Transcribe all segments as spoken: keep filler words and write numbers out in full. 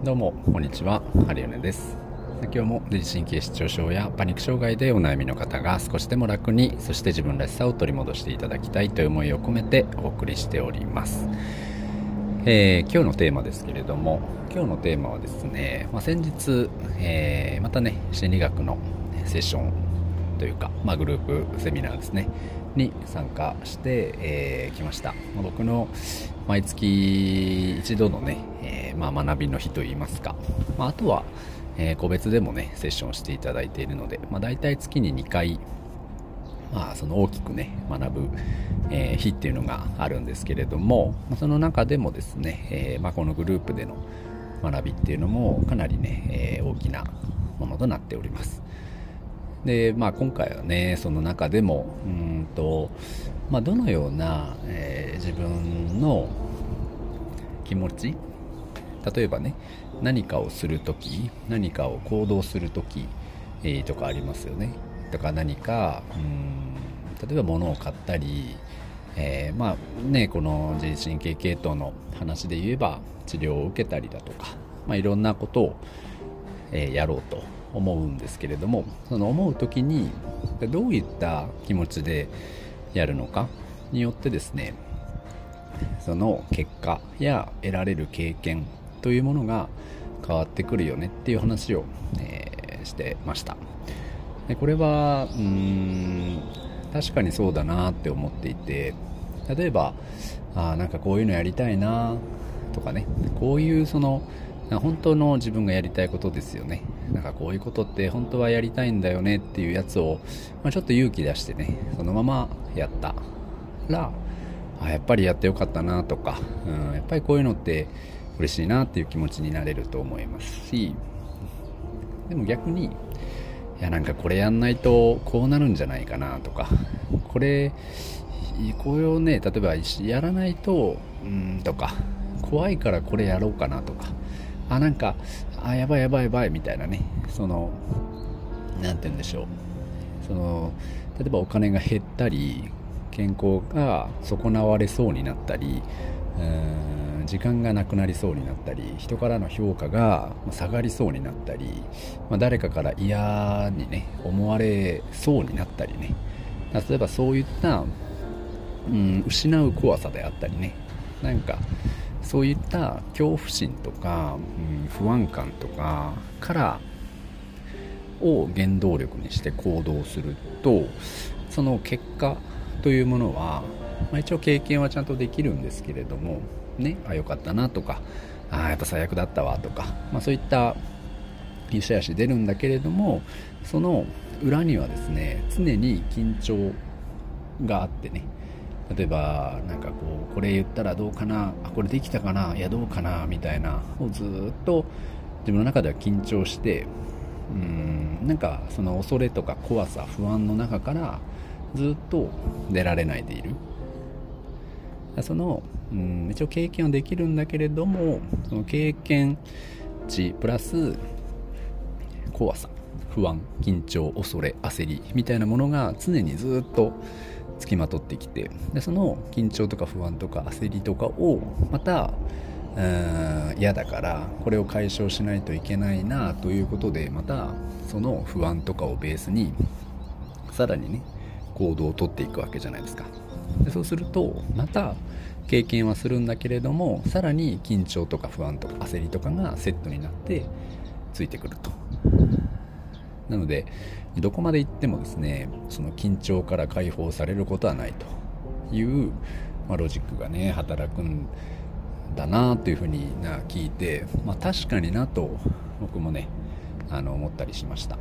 どうもこんにちは、ハリオネです。今日も自律神経失調症やパニック障害でお悩みの方が少しでも楽に、そして自分らしさを取り戻していただきたいという思いを込めてお送りしております。えー、今日のテーマですけれども、今日のテーマはですね、まあ、先日、えー、またね心理学のセッションというか、まあ、グループセミナーですねに参加してき、えー、ました。僕の毎月一度のね、えーまあ、学びの日といいますか、まあ、あとは、えー、個別でもねセッションしていただいているので、まあ、大体月ににかい、まあ、その大きくね学ぶ、えー、日っていうのがあるんですけれども、その中でもですね、えーまあ、このグループでの学びっていうのもかなりね、えー、大きなものとなっております。で、まあ、今回はねその中でもうんと、まあ、どのような、えー、自分の気持ち、例えばね何かをするとき、何かを行動するとき、えー、とかありますよね。とか何かうん例えば物を買ったり、えー、まあねこの自律神経系統の話で言えば治療を受けたりだとか、まあ、いろんなことを、えー、やろうと思うんですけれども、その思う時にどういった気持ちでやるのかによってですね、その結果や得られる経験というものが変わってくるよねっていう話を、えー、してました。でこれはうーん確かにそうだなって思っていて、例えばあなんかこういうのやりたいなとかね、こういうその本当の自分がやりたいことですよね。なんかこういうことって本当はやりたいんだよねっていうやつを、まあ、ちょっと勇気出してねそのままやったら、あやっぱりやってよかったなとか、うん、やっぱりこういうのって嬉しいなっていう気持ちになれると思いますし、でも逆にいやなんかこれやんないとこうなるんじゃないかなとか、これこれをね例えばやらないとうんとか、怖いからこれやろうかなとか、あなんかあやばいやばいやばいみたいなね、そのなんて言うんでしょう、その例えばお金が減ったり健康が損なわれそうになったり、うーん時間がなくなりそうになったり、人からの評価が下がりそうになったり、まあ、誰かから嫌にね思われそうになったりね、例えばそういった、うん、失う怖さであったりね、なんかそういった恐怖心とか、うん、不安感とかからを原動力にして行動すると、その結果というものは、まあ、一応経験はちゃんとできるんですけれどもね、あ良かったなとか、あやっぱ最悪だったわとか、まあ、そういった良し悪し出るんだけれども、その裏にはですね常に緊張があってね、例えばなんかこうこれ言ったらどうかな、あこれできたかな、いやどうかなみたいなをずっと自分の中では緊張して、うーんなんかその恐れとか怖さ不安の中からずっと出られないでいる。そのうん一応経験はできるんだけれども、その経験値プラス怖さ不安緊張恐れ焦りみたいなものが常にずっとつきまとってきて、でその緊張とか不安とか焦りとかをまた嫌だからこれを解消しないといけないなということで、またその不安とかをベースにさらにね行動をとっていくわけじゃないですか。でそうするとまた経験はするんだけれども、さらに緊張とか不安とか焦りとかがセットになってついてくると。なのでどこまで行ってもですねその緊張から解放されることはないという、まあ、ロジックがね働くんだなというふうにな聞いて、まあ、確かになと僕もねあの思ったりしました。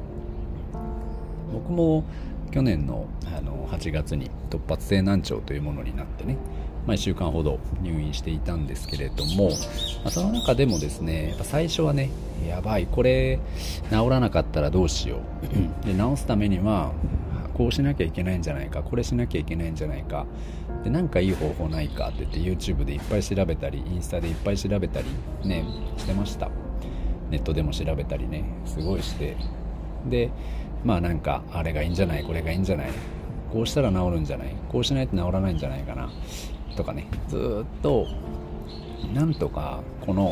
僕も去年の、あのはちがつに突発性難聴というものになってね、まあ、いっしゅうかんほど入院していたんですけれども、まあ、その中でもですねやっぱ最初はねやばいこれ治らなかったらどうしようで治すためにはこうしなきゃいけないんじゃないか、これしなきゃいけないんじゃないかで、なんかいい方法ないかって言って YouTube でいっぱい調べたりインスタでいっぱい調べたりねしてました。ネットでも調べたりねすごいして、でまあなんかあれがいいんじゃない、これがいいんじゃない、こうしたら治るんじゃない、こうしないと治らないんじゃないかなとかね、ずっとなんとかこの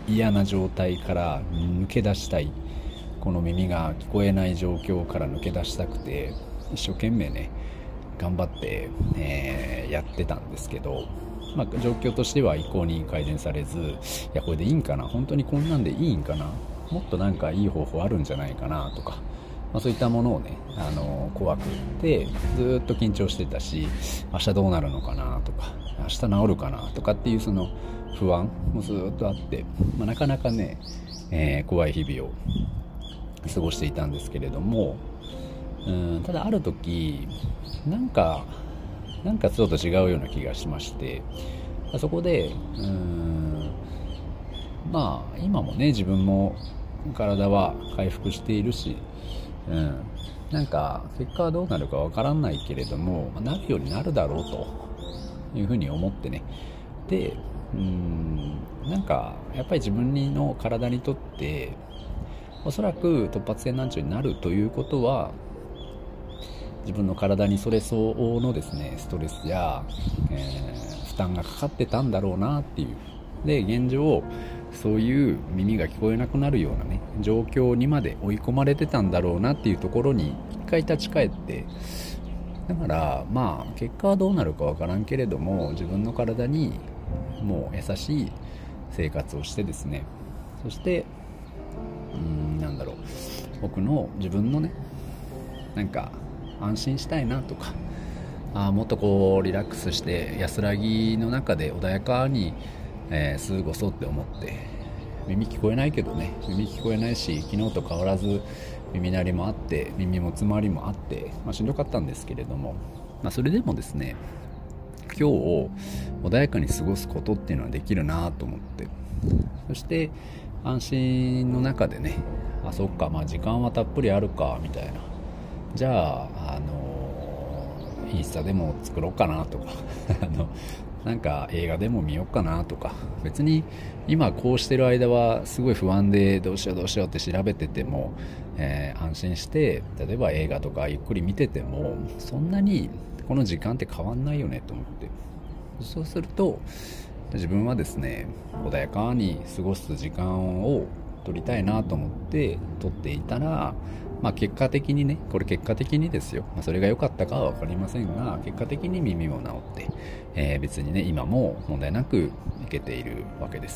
嫌な状態から抜け出したい、この耳が聞こえない状況から抜け出したくて一生懸命ね頑張って、えーやってたんですけど、まあ、状況としては一向に改善されず、いやこれでいいんかな、本当にこんなんでいいんかな、もっとなんかいい方法あるんじゃないかなとか、まあ、そういったものをね、あの怖くてずっと緊張してたし、明日どうなるのかなとか、明日治るかなとかっていうその不安もずっとあって、まあ、なかなかね、えー怖い日々を過ごしていたんですけれども、うん、ただある時なんかなんかちょっと違うような気がしまして、そこでうーんまあ今もね自分も体は回復しているし、うん、なんか結果はどうなるかわからないけれども、まあなるようになるだろうというふうに思ってね、でうーんなんかやっぱり自分の体にとっておそらく突発性難聴になるということは、自分の体にそれ相応のですねストレスや、えー負担がかかってたんだろうなっていう、で現状そういう耳が聞こえなくなるようなね状況にまで追い込まれてたんだろうなっていうところに一回立ち返って、だからまあ結果はどうなるかわからんけれども、自分の体にもう優しい生活をしてですね、そしてうーんなんだろう僕の自分のねなんか安心したいなとか、あもっとこうリラックスして安らぎの中で穏やかに、えー過ごそうって思って、耳聞こえないけどね、耳聞こえないし昨日と変わらず耳鳴りもあって耳も詰まりもあって、まあ、しんどかったんですけれども、まあ、それでもですね今日を穏やかに過ごすことっていうのはできるなと思って、そして安心の中でね、あそっかまあ時間はたっぷりあるかみたいな、じゃああのインスタでも作ろうかなとかあのなんか映画でも見ようかなとか、別に今こうしてる間はすごい不安でどうしようどうしようって調べてても、えー安心して例えば映画とかゆっくり見ててもそんなにこの時間って変わんないよねと思って、そうすると自分はですね穏やかに過ごす時間を取りたいなと思って取っていたら、まあ、結果的にねこれ結果的にですよ、まあ、それが良かったかは分かりませんが結果的に耳も治って、えー別にね今も問題なくいけているわけです。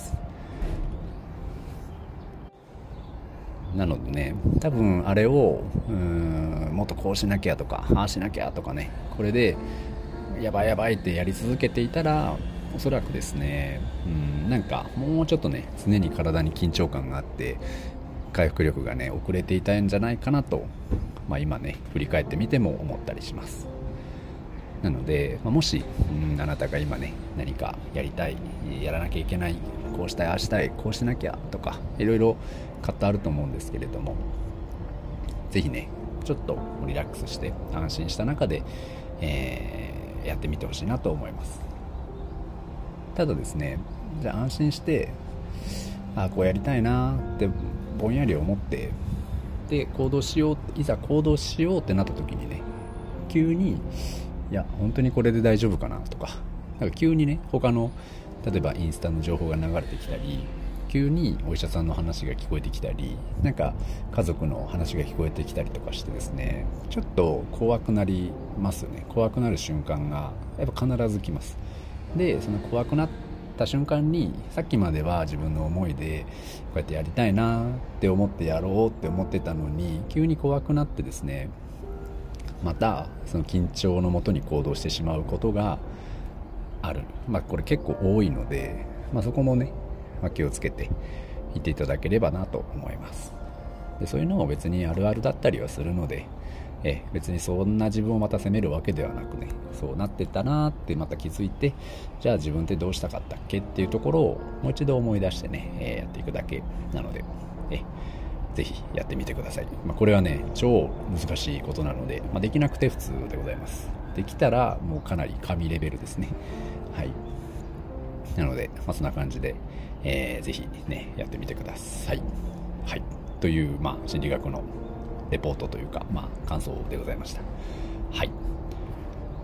なのでね多分あれをうーんもっとこうしなきゃとかああしなきゃとかね、これでやばいやばいってやり続けていたらおそらくですねうんなんかもうちょっとね常に体に緊張感があって回復力がね遅れていたんじゃないかなと、まあ、今ね振り返ってみても思ったりします。なので、まあ、もしうんあなたが今ね何かやりたいやらなきゃいけない、こうしたいああしたいこうしなきゃとかいろいろ葛藤あると思うんですけれども、ぜひねちょっとリラックスして安心した中で、えーやってみてほしいなと思います。ただですねじゃあ安心してあこうやりたいなってぼんやり思ってで行動しよういざ行動しようってなった時にね急にいや本当にこれで大丈夫かなとか、なんか急にね他の例えばインスタの情報が流れてきたり、急にお医者さんの話が聞こえてきたり、なんか家族の話が聞こえてきたりとかしてですねちょっと怖くなりますよね。怖くなる瞬間がやっぱ必ず来ます。でその怖くなった瞬間にさっきまでは自分の思いでこうやってやりたいなって思ってやろうって思ってたのに急に怖くなってですねまたその緊張のもとに行動してしまうことがある、まあこれ結構多いので、まあ、そこもね、まあ、気をつけていていただければなと思います。でそういうのも別にあるあるだったりはするのでえ別にそんな自分をまた責めるわけではなくね、そうなってたなってまた気づいて、じゃあ自分ってどうしたかったっけっていうところをもう一度思い出してね、えーやっていくだけなのでえぜひやってみてください。まあ、これはね超難しいことなので、まあ、できなくて普通でございます。できたらもうかなり神レベルですね。はい。なので、まあ、そんな感じで、えー、ぜひねやってみてください。はい。という、まあ、心理学のレポートというか、まあ、感想でございました。はい。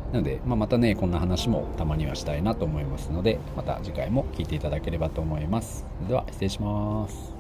なので、まあ、またねこんな話もたまにはしたいなと思いますので、また次回も聞いていただければと思います。それでは失礼します。